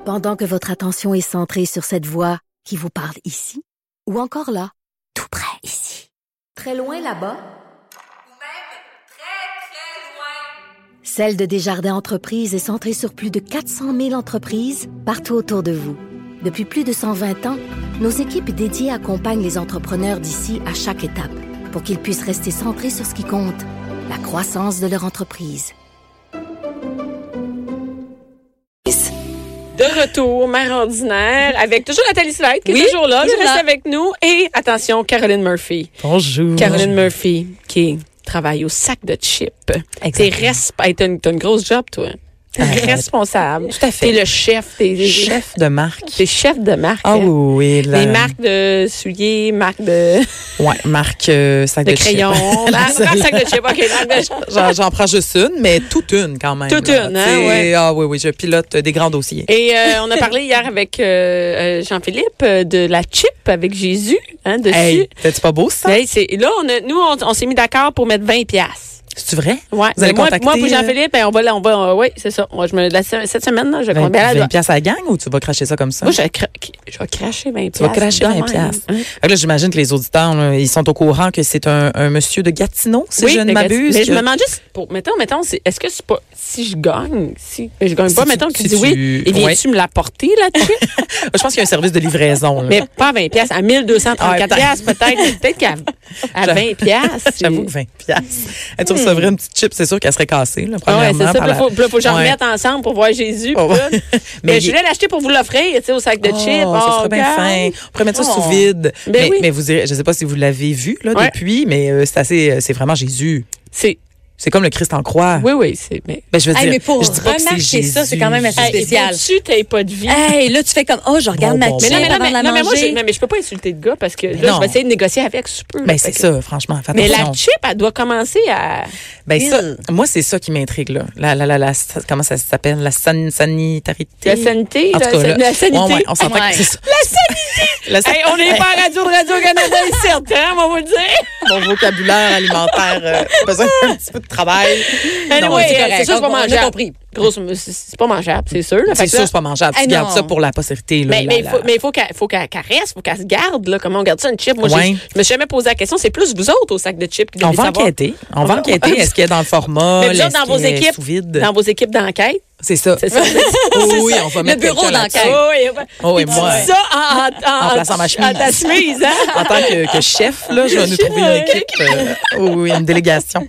Pendant que votre attention est centrée sur cette voix qui vous parle ici, ou encore là, tout près ici, très loin là-bas, ou même très, très loin. Celle de Desjardins Entreprises est centrée sur plus de 400 000 entreprises partout autour de vous. Depuis plus de 120 ans, nos équipes dédiées accompagnent les entrepreneurs d'ici à chaque étape pour qu'ils puissent rester centrés sur ce qui compte, la croissance de leur entreprise. De retour, Mère ordinaire, avec toujours Nathalie Slide, qui est toujours là, qui reste avec nous. Et attention, Caroline Murphy. Bonjour. Caroline Murphy, qui travaille au sac de chips. T'as une grosse job, toi. T'es responsable. Tout à fait. T'es le chef. T'es chef de marque. T'es chef de marque. Ah oui. Des marques de souliers, marques de... Ouais, marque sac de crayon. Sac de chips, OK. J'en prends juste une, mais toute une quand même. Toute une, hein, ouais. Ah oui, je pilote des grands dossiers. Et on a parlé hier avec Jean-Philippe de la chip avec Jésus, hein, dessus. Hey, c'est pas beau ça? Hey, là, on s'est mis d'accord pour mettre 20$. C'est vrai? Ouais. Vous allez contacter... Moi, pour Jean-Philippe, oui, c'est ça. Moi, cette semaine, là, je vais compter 20$ à la gang ou tu vas cracher ça comme ça? Moi, je vais cracher 20$. Tu vas cracher 20$. Là, j'imagine que les auditeurs, là, ils sont au courant que c'est un monsieur de Gatineau, si je ne m'abuse. Mais je me demande juste, mettons, est-ce que c'est pas, si je gagne, je gagne pas, mettons, tu dis oui, et viens-tu me l'apporter là-dessus? Je pense qu'il y a un service de livraison. Là. Mais pas à 20$, à 1234$, peut-être qu'à 20$. J'avoue que 20$. Tu recevrais une petite chip, c'est sûr qu'elle serait cassée. Là, premièrement, c'est ça. Il faut que j'en remette ensemble pour voir Jésus. Mais je voulais l'acheter pour vous l'offrir, tu sais, au sac de chips. Ça serait bien fin. On pourrait mettre ça sous vide. Mais vous direz, je ne sais pas si vous l'avez vu là, depuis, mais c'est vraiment Jésus. C'est comme le Christ en croix. Oui. Je veux dire, mais pour je dis pas que c'est Jésus. ça, c'est quand même assez spécial. Tu n'as pas de vie. Là, tu fais comme, je regarde ma chip avant de la manger. Mais je peux pas insulter le gars parce que là, je vais essayer de négocier avec si je peux. Ben, c'est ça, franchement. Fais mais attention. la chip, elle doit commencer à... moi, c'est ça qui m'intrigue, là. Comment ça s'appelle? La sanitarité. La sanité? En tout cas, la sanité. Ouais, on s'entend que c'est ça. La sanité! On n'est pas à Radio-Canada ici, hein, on va vous le dire. Mon vocabulaire alimentaire besoin d'un petit peu de travail. C'est correct. C'est sûr, c'est pas mangeable. Compris. C'est pas mangeable, c'est sûr. C'est sûr, c'est pas mangeable. Tu gardes ça pour la postérité. Mais il faut qu'elle reste, il faut qu'elle se garde. Là. Comment on garde ça, une chip? Moi, je me suis jamais posé la question. C'est plus vous autres au sac de chips. On va enquêter. Est-ce qu'il y a dans le format? Mais dans vos équipes, sous vide? Dans vos équipes d'enquête. C'est ça. Oui, on va mettre le bureau d'enquête. Oui, moi. Ça en plaçant ma chemise. En ta chemise, hein? En tant que chef, là, je vais nous trouver une équipe. Une délégation.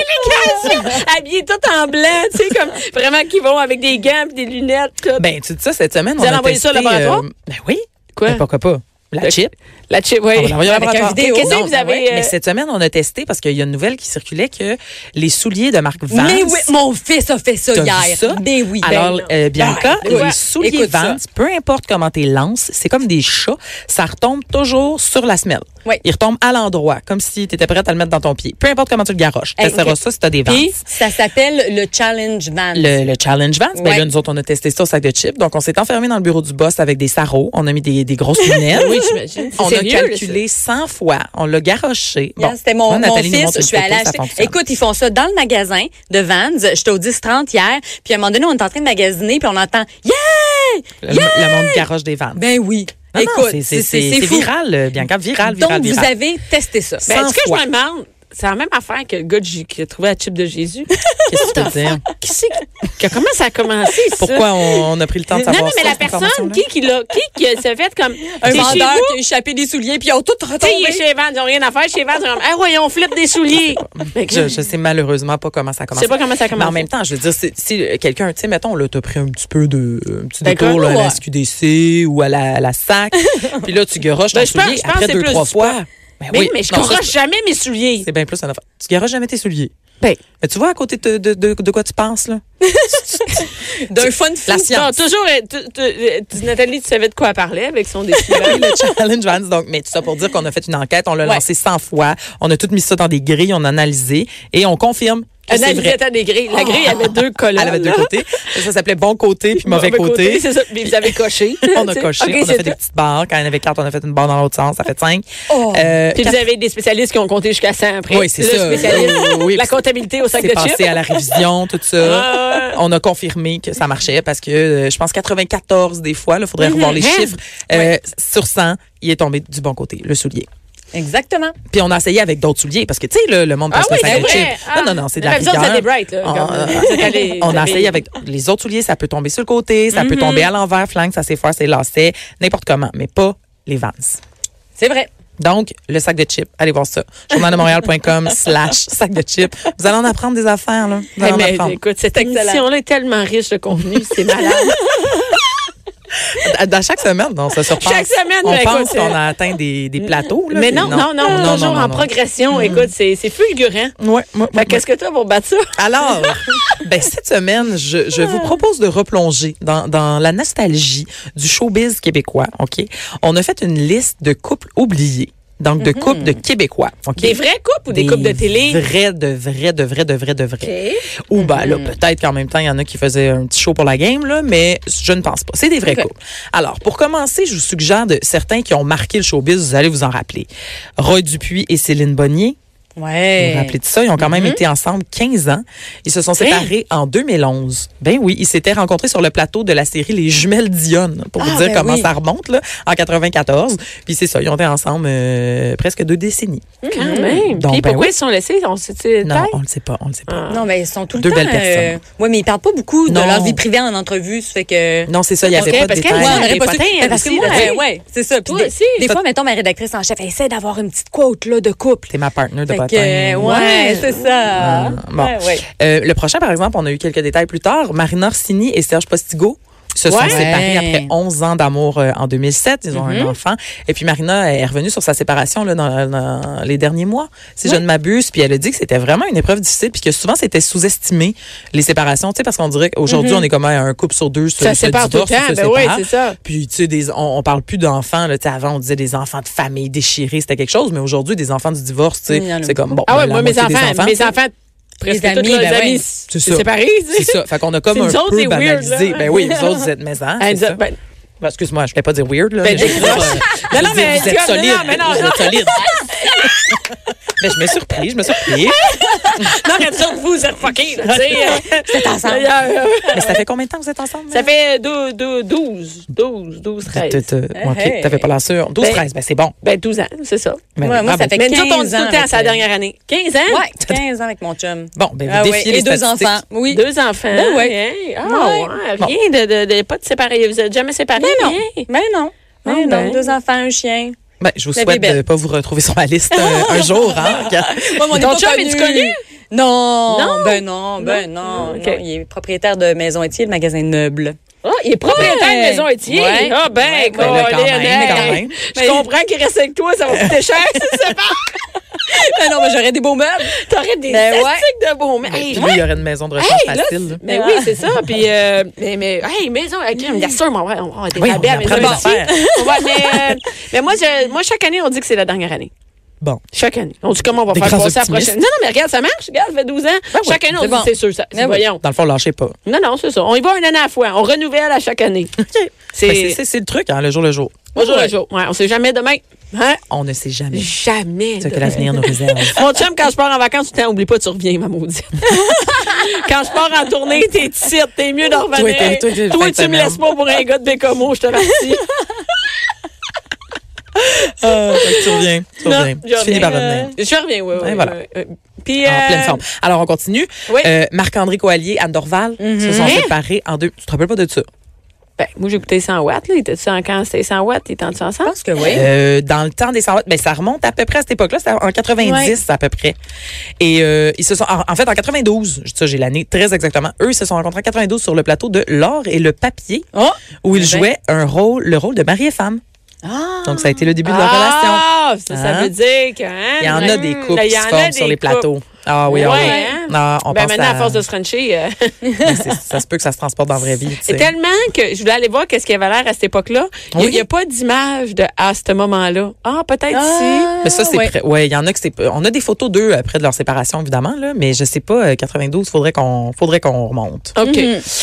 Habillés tout en blanc, tu sais, comme vraiment qui vont avec des gants et des lunettes. Tout. Ben, tu dis ça, cette semaine, on a testé... ça au laboratoire? Ben oui. Quoi? Ben, pourquoi pas? La chip, oui. Avec une vidéo. Qu'est-ce que vous avez... Mais cette semaine, on a testé parce qu'il y a une nouvelle qui circulait que les souliers de marque Vans... Mais oui, mon fils a fait ça hier. Vu ça? Ben oui. Alors, Bianca, les souliers Vans, peu importe comment tu les lances, c'est comme des chats, ça retombe toujours sur la semelle. Oui. Il retombe à l'endroit, comme si tu étais prête à le mettre dans ton pied. Peu importe comment tu le garoches. Tu testeras ça si tu as des Vans. Puis, ça s'appelle le Challenge Vans. Le Challenge Vans. Ben là, nous autres, on a testé ça au sac de chips. Donc, on s'est enfermé dans le bureau du boss avec des sarraux. On a mis des grosses lunettes. Oui, j'imagine. On a calculé 100 fois. On l'a garoché. Bon, c'était mon fils. Je suis allée acheter. Écoute, ils font ça dans le magasin de Vans. J'étais au 10-30 hier. Puis à un moment donné, on est en train de magasiner. Puis on entend « Yeah! Le monde garoche des Vans. Ben oui. Non, écoute, c'est fou. viral, Bianca. Viral. Donc, vous avez testé ça. Ben, ce que je me demande, c'est la même affaire que le gars qui a trouvé la chip de Jésus. Qu'est-ce que tu veux dire? Comment ça a commencé, ça? Pourquoi on a pris le temps de savoir ça? Non, mais la personne qui s'est fait comme... Un vendeur qui a échappé des souliers, puis ils ont tout retombé. Tu sais, il est chez Vans, ils n'ont rien à faire. Chez Vans, ils ont comme, ouais, on flippe des souliers. Je sais malheureusement pas comment ça a commencé. Je sais pas comment ça a commencé. Mais en même temps, je veux dire, si quelqu'un, tu sais, mettons, là, t'as pris un petit détour là, à la SQDC ou à la SAC, puis là, tu garoches ton soulier après 2-3 fois. Ben mais je garoche jamais mes souliers. C'est bien plus une affaire. Tu garoches jamais tes souliers. Ben. Mais tu vois à côté de quoi tu penses, là? D'un fun fou. La science. Non, toujours, Nathalie, tu savais de quoi elle parlait avec son défi. Le Challenge Vans. Donc, mais tout ça pour dire qu'on a fait une enquête, on l'a lancé 100 fois, on a tout mis ça dans des grilles, on a analysé et on confirme Un alligator des grilles. La grille avait 2 colonnes. Elle avait 2 côtés. Ça s'appelait bon côté puis mauvais côté. C'est ça. Puis vous avez coché. On a coché. Okay, on a fait des petites barres. Quand il y en avait 4, on a fait une barre dans l'autre sens. Ça fait 5. Puis vous avez des spécialistes qui ont compté jusqu'à 100 après. Oui, c'est ça. Oui, la comptabilité au sac de chips. C'est passé à la révision, tout ça. On a confirmé que ça marchait parce que je pense 94 des fois. Il faudrait revoir les chiffres. Sur 100, il est tombé du bon côté, le soulier. Exactement. Puis on a essayé avec d'autres souliers parce que tu sais le monde pense que ça chips. Non, c'est de la rigueur. Des bright, là, on a essayé avec les autres souliers, ça peut tomber sur le côté, ça peut tomber à l'envers, flanc, ça s'efface, c'est lacet, n'importe comment, mais pas les Vans. C'est vrai. Donc, le sac de chips, allez voir ça. journaldemontréal.com/sac de chips. Vous allez en apprendre des affaires, là. Mais écoute, cette émission-là est tellement riche de contenu, c'est malade. Dans chaque semaine, on se surpasse. Chaque semaine, on pense qu'on a atteint des plateaux. Là, mais non, toujours en progression. Écoute, c'est fulgurant. Ouais, qu'est-ce que tu as pour battre ça? Alors, cette semaine, je vous propose de replonger dans la nostalgie du showbiz québécois. Ok, on a fait une liste de couples oubliés. Donc, de couples de Québécois. Okay? Des vrais couples ou des couples de télé? De vrais. Okay. Ou là, peut-être qu'en même temps, il y en a qui faisaient un petit show pour la game, là, mais je ne pense pas. C'est des vrais couples. Alors, pour commencer, je vous suggère certains qui ont marqué le showbiz, vous allez vous en rappeler. Roy Dupuis et Céline Bonnier. Ouais. Vous vous rappelez de ça? Ils ont quand même été ensemble 15 ans. Ils se sont séparés en 2011. Ben oui, ils s'étaient rencontrés sur le plateau de la série Les Jumelles Dionne, pour vous dire comment ça remonte, là, en 94. Puis c'est ça, ils ont été ensemble presque 2 décennies. Quand même. Donc, puis pourquoi ils se sont laissés? Non, on le sait pas. Non, mais ils sont tout le 2 temps... belles personnes. Oui, mais ils parlent pas beaucoup de leur vie privée en entrevue, ça fait que... Non, c'est ça, il y avait pas de détails. Parce que moi, c'est ça. Puis des fois, mettons, ma rédactrice en chef, elle essaie d'avoir une petite quote là, de couple. T'es ma partenaire de Ouais, c'est ça. Bon. Le prochain, par exemple, on a eu quelques détails plus tard. Marina Orsini et Serge Postigo se sont séparés après 11 ans d'amour en 2007. Ils ont un enfant. Et puis Marina est revenue sur sa séparation là, dans les derniers mois, si je ne m'abuse. Puis elle a dit que c'était vraiment une épreuve difficile puis que souvent c'était sous-estimé, les séparations. Tu sais, parce qu'on dirait qu'aujourd'hui, on est comme un couple sur 2 ça sépare tout le temps. Oui, c'est ça. Puis tu sais, on parle plus d'enfants. Là, avant, on disait des enfants de famille déchirés, c'était quelque chose. Mais aujourd'hui, des enfants du divorce, tu sais, c'est comme bon. Ah ouais, moi, mes enfants presque tous leurs amis séparés. C'est ça. Fait qu'on a comme un peu banalisé. Ben oui, vous autres, vous êtes maisons. Excuse-moi, je ne vais pas dire weird, là. Non, mais vous êtes solide. Vous êtes solide. Mais je me suis surpris. Non, mais vous êtes fuckés, tu sais. Vous êtes ensemble. Mais ça fait combien de temps que vous êtes ensemble? Ça fait 12, 13. OK, t'avais pas l'air sûr. 12, 13, c'est bon. 12 ans, c'est ça. Moi, ça fait 15 ans. Mais nous autres, on dit tout le temps, c'est la dernière année. 15 ans? Oui, 15 ans avec mon chum. Bon, vous défiez les statistiques. Et 2 enfants. Oui. 2 enfants. Rien de pas de séparer. Vous êtes jamais séparés? Mais non. 2 enfants, un chien. Je vous souhaite de ne pas vous retrouver sur ma liste un jour. Ton chum, es-tu connu? Non. Non. Il est propriétaire de Maison Étier, le magasin de meubles. Il est propriétaire de Maison Étier? Quand même. Je comprends qu'il reste avec toi, ça va coûter cher, c'est pas. Non, mais j'aurais des beaux meubles. T'aurais des statistiques de beaux meubles. Puis lui, il y aurait une maison de rechange facile. Mais oui, c'est ça. Puis, maison, bien sûr, on va être des belles mais moi, chaque année, on dit que c'est la dernière année. Bon. Chaque année. On dit comment on va faire passer la prochaine. Non, mais regarde, ça marche. Regarde, ça fait 12 ans. Chaque année, on dit c'est sûr. Voyons. Dans le fond, lâchez pas. Non, c'est ça. On y va une année à la fois. On renouvelle à chaque année. C'est le truc, le jour le jour. Au jour le jour. Ouais, on sait jamais demain. Hein? On ne sait jamais. Jamais. Ce que l'avenir nous réserve. Mon chum, quand je pars en vacances, tu oublie pas, tu reviens, ma maudite. Quand je pars en tournée, t'es titre, t'es mieux de revenir. Toi, tu me laisses pas pour un gars de Bécomo, je te remercie. Tu reviens. Tu finis par revenir. Je reviens, oui. Voilà. Puis, en pleine forme. Alors, on continue. Oui. Marc-André Coallier, Anne Dorval se sont séparés en 2. Tu te rappelles pas de ça? Moi, j'ai écouté 100 watts. Là. Quand c'était 100 watts, t'étais-tu ensemble? Je pense que oui. Dans le temps des 100 watts, ça remonte à peu près à cette époque-là. C'était en 90 à peu près. Et ils se sont... En fait, en 92, ça, j'ai l'année très exactement, eux, ils se sont rencontrés en 92 sur le plateau de L'Or et le Papier, où ils jouaient le rôle de mari et femme. Donc, ça a été le début de leur relation. Ça veut dire que... il y en a des couples qui se forment sur les plateaux. Ah oui, Ouais, oui. hein? Non, on pense maintenant, à force de se frencher... ça se peut que ça se transporte dans la vraie vie. C'est tellement que je voulais aller voir qu'est-ce qu'il y avait l'air à cette époque-là. Il n'y a pas d'image à ce moment-là. Ah, peut-être si. Mais ça, c'est ouais, il y en a que c'est. On a des photos d'eux après de leur séparation, évidemment, là, mais je sais pas, 92, faudrait qu'on remonte. OK.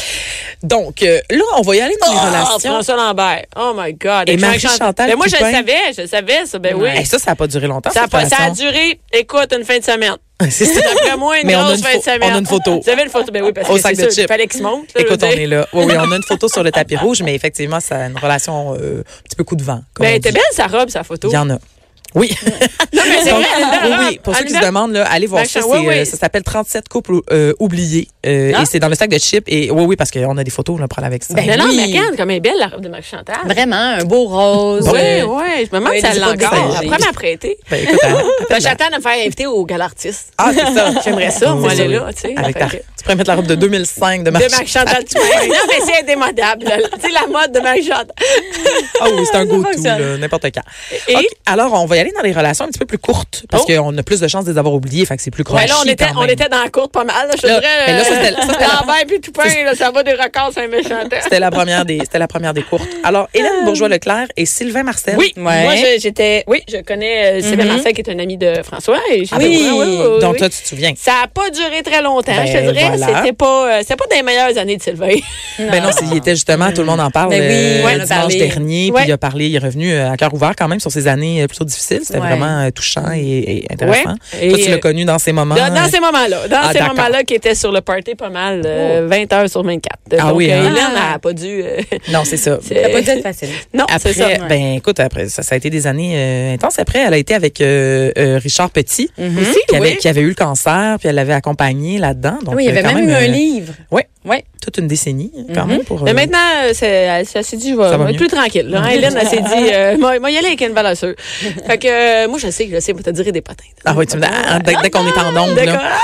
Donc, là, on va y aller dans les relations. François Lambert. Oh my God. Et Marie-Chantal. Ben moi, je le savais, ça. Ben oui. Et ça n'a pas duré longtemps. Ça a duré, écoute, une fin de semaine. C'est ça. D'après moi, une grosse fin de semaine. On a une photo. Vous avez une photo? Ben oui, parce que c'est ça. Il fallait qu'il se monte. Écoute, on est là. Oui, on a une photo sur le tapis rouge, mais effectivement, ça a une relation un petit peu coup de vent. Ben, elle était belle, sa robe, sa photo. Il y en a. Oui. Non, mais c'est vrai. Oui. Pour ceux qui se demandent, là, allez voir ça. Ça s'appelle 37 couples oubliés. Et c'est dans le sac de chips. Et oui, parce qu'on a des photos, là, pour aller avec ça. Ben non, mais regarde, comme elle est belle, la robe de Marie-Chantal. Vraiment, un beau rose. Oui. Je me demande si elle l'a encore. Après m'a prêté. Ben, écoute, j'attends de me faire inviter au Gala Artiste. Ah, c'est ça. J'aimerais ça, moi, aller là, tu sais. Tu pourrais mettre la robe de 2005 de Marie-Chantal. Non, mais c'est indémodable. Tu sais, la mode de Marie-Chantal. Ah oui, c'est un go-to, n'importe quand. Alors, on va y aller dans les relations un petit peu plus courtes, parce qu'on a plus de chances de les avoir oubliées, fait que c'est plus crunchy. Ouais, là, on était dans la courte pas mal. Je dirais, Lambert puis Toupin, ça va des records, c'est un méchant temps. C'était la première des courtes. Alors, Hélène Bourgeois-Leclerc et Sylvain Marcel. Oui, moi, je connais Sylvain Marcel, qui est un ami de François. Oui. Donc, toi, tu te souviens. Ça n'a pas duré très longtemps, je te dirais. Voilà. C'était pas des meilleures années de Sylvain. Ben non, il était justement, tout le monde en parle, dimanche dernier, puis il est revenu à cœur ouvert quand même sur ses années plutôt difficiles. C'était vraiment touchant et intéressant. Ouais. Toi, tu l'as connu dans ces moments? Dans ces moments-là. Dans ces moments-là qui étaient sur le party pas mal, 20 heures sur 24. Donc, Hélène n'a pas dû... non, c'est ça. Ça n'a pas dû être facile. Non, après, c'est ça. Ben, écoute, après, ça a été des années intenses. Après, elle a été avec Richard Petit, qui avait eu le cancer, puis elle l'avait accompagné là-dedans. Donc, oui, il y avait même eu un livre. Oui. Toute une décennie, quand même. Mais maintenant, elle s'est dit, je vais être plus tranquille. Là. Hélène, elle s'est dit, moi, y aller avec une valeur sûre. Fait que, moi, je sais, moi, te dirais des patins. Ah oui, dès qu'on est en onde, là.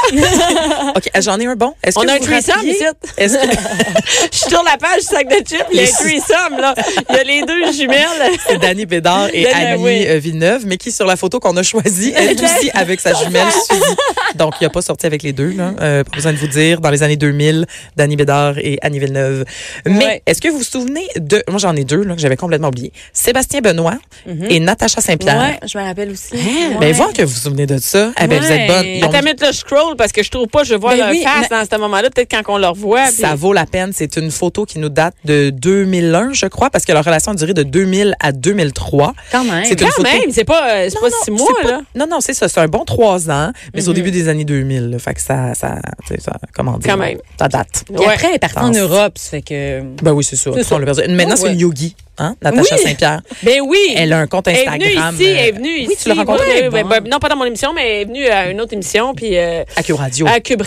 OK, j'en ai un bon. On a un threesome ici. Je suis sur la page du sac de chips, il y a un threesome, là. Il y a les deux jumelles. C'est Dany Bédard et Annie Villeneuve, mais qui, sur la photo qu'on a choisie, est aussi avec sa jumelle Suzy. Donc, il n'a pas sorti avec les deux, là. Pas besoin de vous dire, dans les années 2000, Dany Bédard et Annie Villeneuve. Mais est-ce que vous vous souvenez de... Moi, j'en ai deux là, que j'avais complètement oublié. Sébastien Benoît et Natacha Saint-Pierre. Oui, je me rappelle aussi. Ben, voir que vous vous souvenez de ça. Ben, vous êtes bonne. Attends, mettre le scroll parce que je trouve pas, je vois leur face dans ce moment-là. Peut-être quand on leur voit. Ça vaut la peine. C'est une photo qui nous date de 2001, je crois, parce que leur relation a duré de 2000 à 2003. Quand même. C'est c'est pas 6 mois, là. Non, c'est ça. C'est un bon 3 ans, mais c'est au début des années 2000. Là, fait que ça, comment dire? Quand même. Ça date. Et après, elle est partie en Europe, ça fait que... Ben oui, c'est ça. Maintenant, c'est une yogi. Hein? Natacha Saint-Pierre. Ben oui. Elle a un compte Instagram. Elle est venue ici. Oui, tu l'as rencontrée? Non, pas dans mon émission, mais elle est venue à une autre émission. Puis, à Cube Radio. À Cube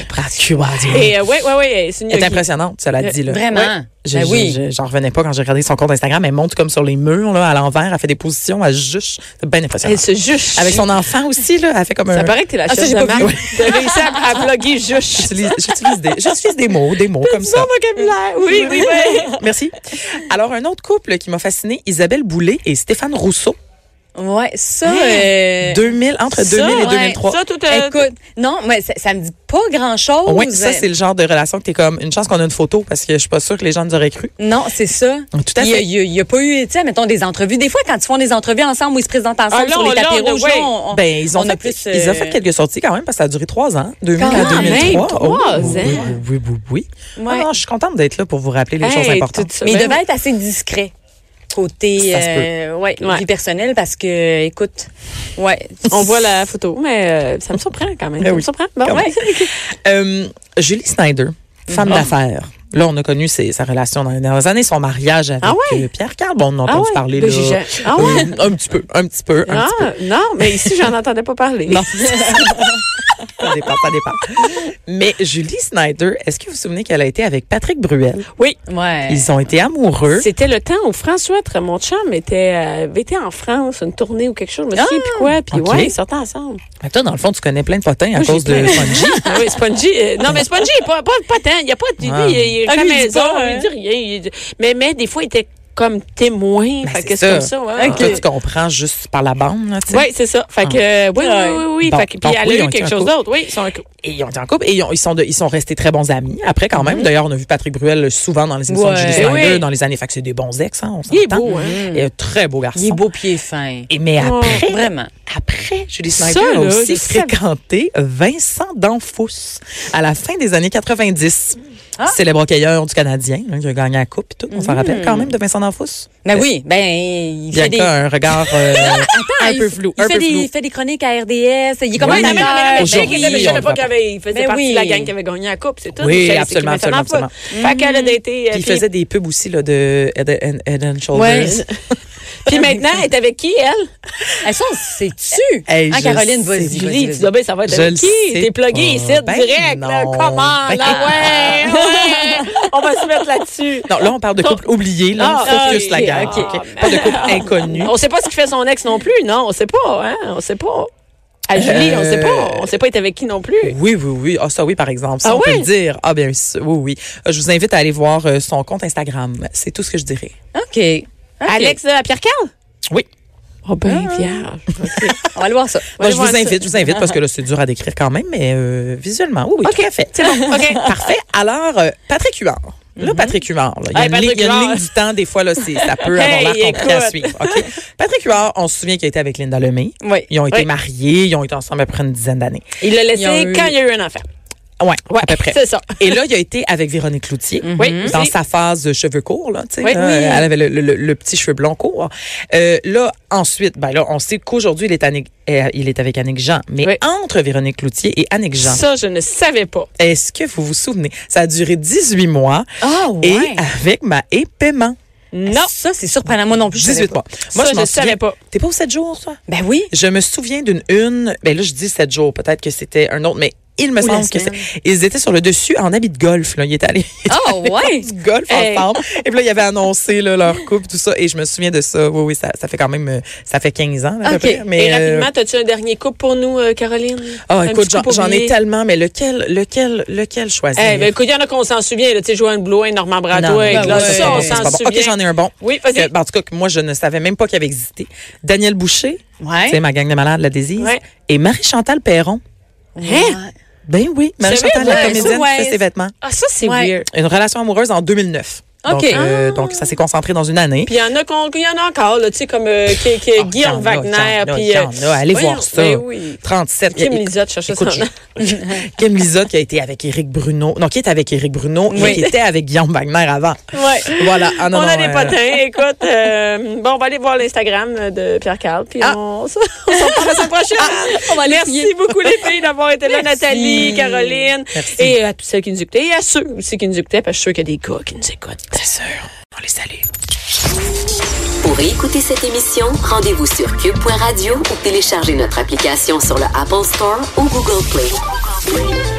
Radio. Et oui. C'est une Elle est impressionnante, cela dit. Là. Vraiment. J'en revenais pas quand j'ai regardé son compte Instagram. Elle monte comme sur les murs, là, à l'envers. Elle fait des positions, elle juche. C'est bien impressionnant. Elle se juche. Avec son enfant aussi, là. Elle fait comme ça paraît que t'es la chef de marque. T'as réussi à plugger juche. J'utilise des mots comme ça. Son vocabulaire. Oui. Merci. Alors, un autre couple qui m'a fascinée, Isabelle Boulay et Stéphane Rousseau. Ouais, ça. Entre 2000 et 2003. Ça, tout. Écoute, non, mais ça me dit pas grand-chose. Oui, ça, c'est le genre de relation que t'es comme une chance qu'on a une photo parce que je suis pas sûre que les gens nous auraient cru. Non, c'est ça. Tout à fait. Il y a pas eu, tu sais, mettons des entrevues. Des fois, quand ils font des entrevues ensemble où ils se présentent ensemble sur les tapis rouges, ils ont fait quelques sorties quand même parce que ça a duré 3 ans. 2000 à 2003. 3 ans. Oui. Non, je suis contente d'être là pour vous rappeler les choses importantes. Mais il devait être assez discret. Côté vie personnelle parce que écoute on voit la photo mais ça me surprend quand même. Ça me surprend. Julie Snyder, femme d'affaires. Là, on a connu sa relation dans les dernières années, son mariage avec Pierre Carl. Bon, on en a entendu parler là. Un petit peu. Non, mais ici, j'en entendais pas parler. Non. Ça dépend. Mais Julie Snyder, est-ce que vous vous souvenez qu'elle a été avec Patrick Bruel? Oui. Ouais. Ils ont été amoureux. C'était le temps où François, mon chum, avait été en France, une tournée ou quelque chose. Je me souviens plus quoi. Puis ils sortaient ensemble. Mais toi, dans le fond, tu connais plein de potins à cause de Spongy. Oui, Spongy. Non, mais Spongy, pas tant. Il n'y a pas de... Il est à la maison, il dit rien. Mais des fois, il était comme témoin. Ben, fait que c'est comme ça. Ouais. Okay. Toi, tu comprends juste par la bande. Là, oui, c'est ça. Fait que, oui. Bon, fait que, puis elle a eu quelque chose d'autre. Oui, et ils ont été en couple et ils sont restés très bons amis après quand même. D'ailleurs, on a vu Patrick Bruel souvent dans les émissions de Julie Snyder dans les années. Fait que c'est des bons ex, hein, on s'entend. Il est beau, hein? Et un très beau garçon. Il est beau pied fin. Mais après, vraiment. Après, Julie Snyder a aussi fréquenté Vincent D'Anfous à la fin des années 90. Célèbre hockeyeur du Canadien, qui a gagné la coupe et tout. On s'en rappelle quand même de Vincent D'Anfous? Ben oui, il fait des... un regard un peu flou. Il fait des chroniques à RDS. Il est comme je savais pas qu'il faisait partie de la gang qui avait gagné la coupe, c'est tout. Oui, absolument. Fait qu'elle a daté... Puis il faisait des pubs aussi là, de Head and Shoulders. Puis maintenant, elle est avec qui, elle? Ça, c'est-tu? Caroline, vas-y. Julie, tu dis, ben, ça va être avec qui? T'es pluguée ici, direct. Comment? Ouais. On va se mettre là-dessus. Non, là, on parle de couple oublié. Focus la gang. Pas de couple inconnu. On sait pas ce qu'il fait son ex non plus, non? On sait pas, hein? On sait pas. À Julie, on sait pas. On sait pas être avec qui non plus. Oui. Ça, oui, par exemple. Ça, on peut le dire. Bien, oui. Je vous invite à aller voir son compte Instagram. C'est tout ce que je dirais. OK. Alex Pierre-Carl? Oui. Oh ben, vierge. Okay. On va aller voir ça. Je vous invite parce que là, c'est dur à décrire quand même, mais visuellement, oui, tout à fait. C'est bon, OK. Parfait. Alors, Patrick Huard. Là, Patrick Huard, il y a une ligne du temps, des fois, là, ça peut avoir l'air compliqué à suivre. Okay? Patrick Huard, on se souvient qu'il a été avec Linda Lemay. Oui. Ils ont été mariés, ils ont été ensemble après une dizaine d'années. Il l'a laissé quand il y a eu un enfant. Oui, à peu près. C'est ça. Et là, il a été avec Véronique Cloutier. Dans sa phase cheveux courts, là, tu sais. Elle avait le petit cheveu blond court. Là, ensuite, on sait qu'aujourd'hui, il est avec Annick Jean. Mais entre Véronique Cloutier et Annick Jean. Ça, je ne savais pas. Est-ce que vous vous souvenez? Ça a duré 18 mois. Et avec Maë Paiement. Non. Ça, c'est surprenant. Moi non plus, 18 mois. Moi, je ne savais pas. T'es pas aux 7 jours, ça? Ben oui. Je me souviens d'une là, je dis 7 jours. Peut-être que c'était un autre, mais il me semble que ils étaient sur le dessus en habit de golf. Là. Ils étaient allés du golf ensemble. Et puis là, ils avaient annoncé leur couple, tout ça. Et je me souviens de ça. Oui, ça fait quand même... Ça fait 15 ans, à peu près. Mais, et rapidement, as-tu un dernier couple pour nous, Caroline? Écoute, j'en ai tellement, mais lequel choisir? Écoute, il y en a qu'on s'en souvient. Tu sais, Joanne Blouin, Normand Brathwaite. Ça, on s'en souvient. OK, j'en ai un bon. Oui, vas-y. En tout cas, moi, je ne savais même pas qu'il avait existé. Daniel Boucher, c'est ma gang de malades, la Désise. Et Marie-Chantal Perron. Hein? Ben oui, Marie-Chantal, la comédienne qui fait ses vêtements. Ah, ça, c'est weird. Une relation amoureuse en 2009. Donc, ça s'est concentré dans une année. Puis il y en a encore, tu sais, comme Guillaume Wagner. Allez voir ça. 37. Kim Lizotte, cherche ça. Kim Lizotte qui a été avec Éric Bruno. Non, qui est avec Éric Bruno, mais qui était avec Guillaume Wagner avant. Oui. Voilà. On a des potins. Écoute, on va aller voir l'Instagram de Pierre-Carl. Puis on s'en parle la semaine prochaine. Merci beaucoup, les filles, d'avoir été là. Nathalie, Caroline. Et à toutes celles qui nous écoutaient. Et à ceux aussi qui nous écoutaient, parce que je suis sûre qu'il y a des gars qui nous écoutent. C'est sûr. On les salue. Pour écouter cette émission, rendez-vous sur cube.radio ou téléchargez notre application sur le Apple Store ou Google Play.